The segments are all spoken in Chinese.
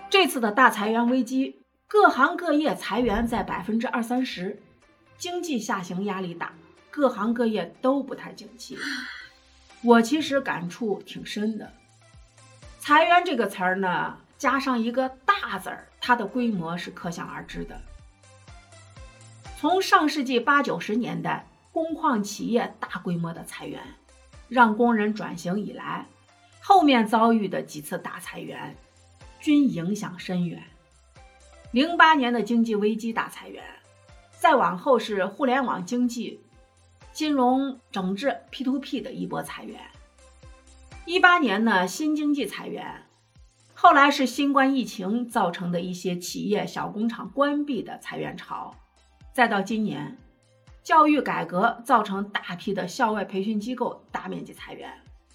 这次的大裁员危机，各行各业裁员在20%-30%，经济下行压力大，各行各业都不太景气。我其实感触挺深的。裁员这个词儿呢，加上一个大字儿，它的规模是可想而知的。从上世纪80-90年代工矿企业大规模的裁员，让工人转型以来，后面遭遇的几次大裁员均影响深远。08年的经济危机大裁员，再往后是互联网经济、金融整治 P2P 的一波裁员。18年呢，新经济裁员，后来是新冠疫情造成的一些企业小工厂关闭的裁员潮，再到今年，教育改革造成大批的校外培训机构大面积裁员。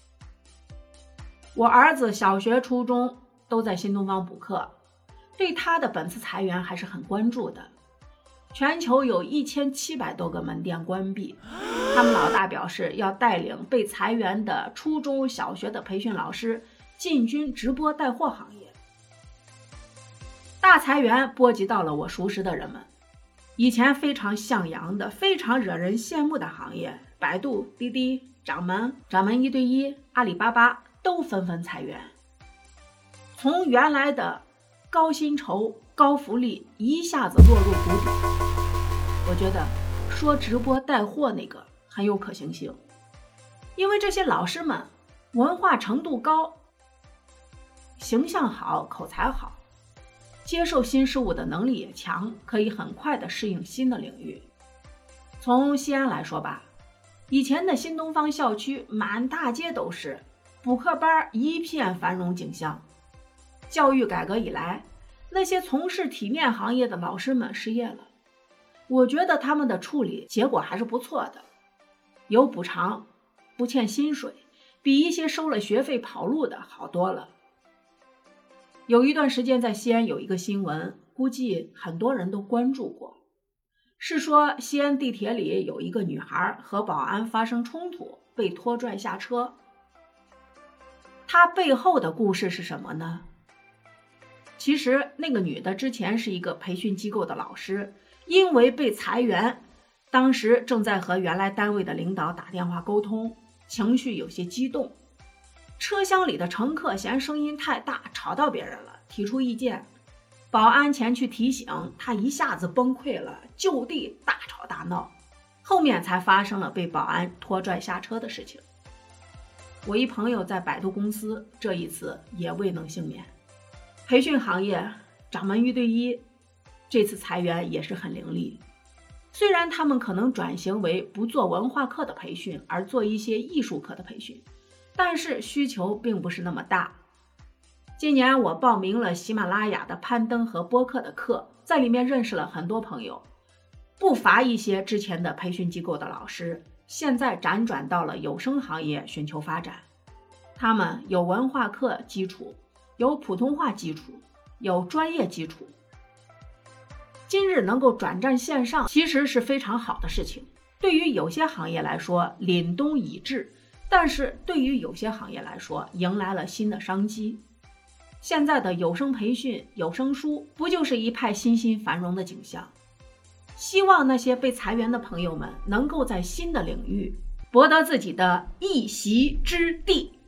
我儿子小学、初中都在新东方补课，对他的本次裁员还是很关注的。全球有1700多个门店关闭，他们老大表示要带领被裁员的初中小学的培训老师进军直播带货行业。大裁员波及到了我熟识的人们，以前非常向阳的、非常惹人羡慕的行业，百度、滴滴、掌门1对1、阿里巴巴都纷纷裁员。从原来的高薪酬、高福利一下子落入谷底。我觉得说直播带货那个很有可行性，因为这些老师们文化程度高，形象好，口才好，接受新事物的能力也强，可以很快的适应新的领域。从西安来说吧，以前的新东方校区满大街都是，补课班一片繁荣景象。教育改革以来，那些从事体面行业的老师们失业了，我觉得他们的处理结果还是不错的，有补偿，不欠薪水，比一些收了学费跑路的好多了。有一段时间在西安有一个新闻，估计很多人都关注过，是说西安地铁里有一个女孩和保安发生冲突，被拖拽下车。她背后的故事是什么呢？其实那个女的之前是一个培训机构的老师，因为被裁员，当时正在和原来单位的领导打电话沟通，情绪有些激动。车厢里的乘客嫌声音太大，吵到别人了，提出意见。保安前去提醒，他一下子崩溃了，就地大吵大闹，后面才发生了被保安拖拽下车的事情。我一朋友在百度公司，这一次也未能幸免。培训行业掌门1对1，这次裁员也是很凌厉。虽然他们可能转型为不做文化课的培训，而做一些艺术课的培训，但是需求并不是那么大。今年我报名了喜马拉雅的攀登和播客的课，在里面认识了很多朋友，不乏一些之前的培训机构的老师，现在辗转到了有声行业寻求发展。他们有文化课基础，有普通话基础，有专业基础。今日能够转战线上，其实是非常好的事情。对于有些行业来说，凛冬已至，但是对于有些行业来说，迎来了新的商机。现在的有声培训、有声书，不就是一派欣欣繁荣的景象？希望那些被裁员的朋友们能够在新的领域博得自己的一席之地。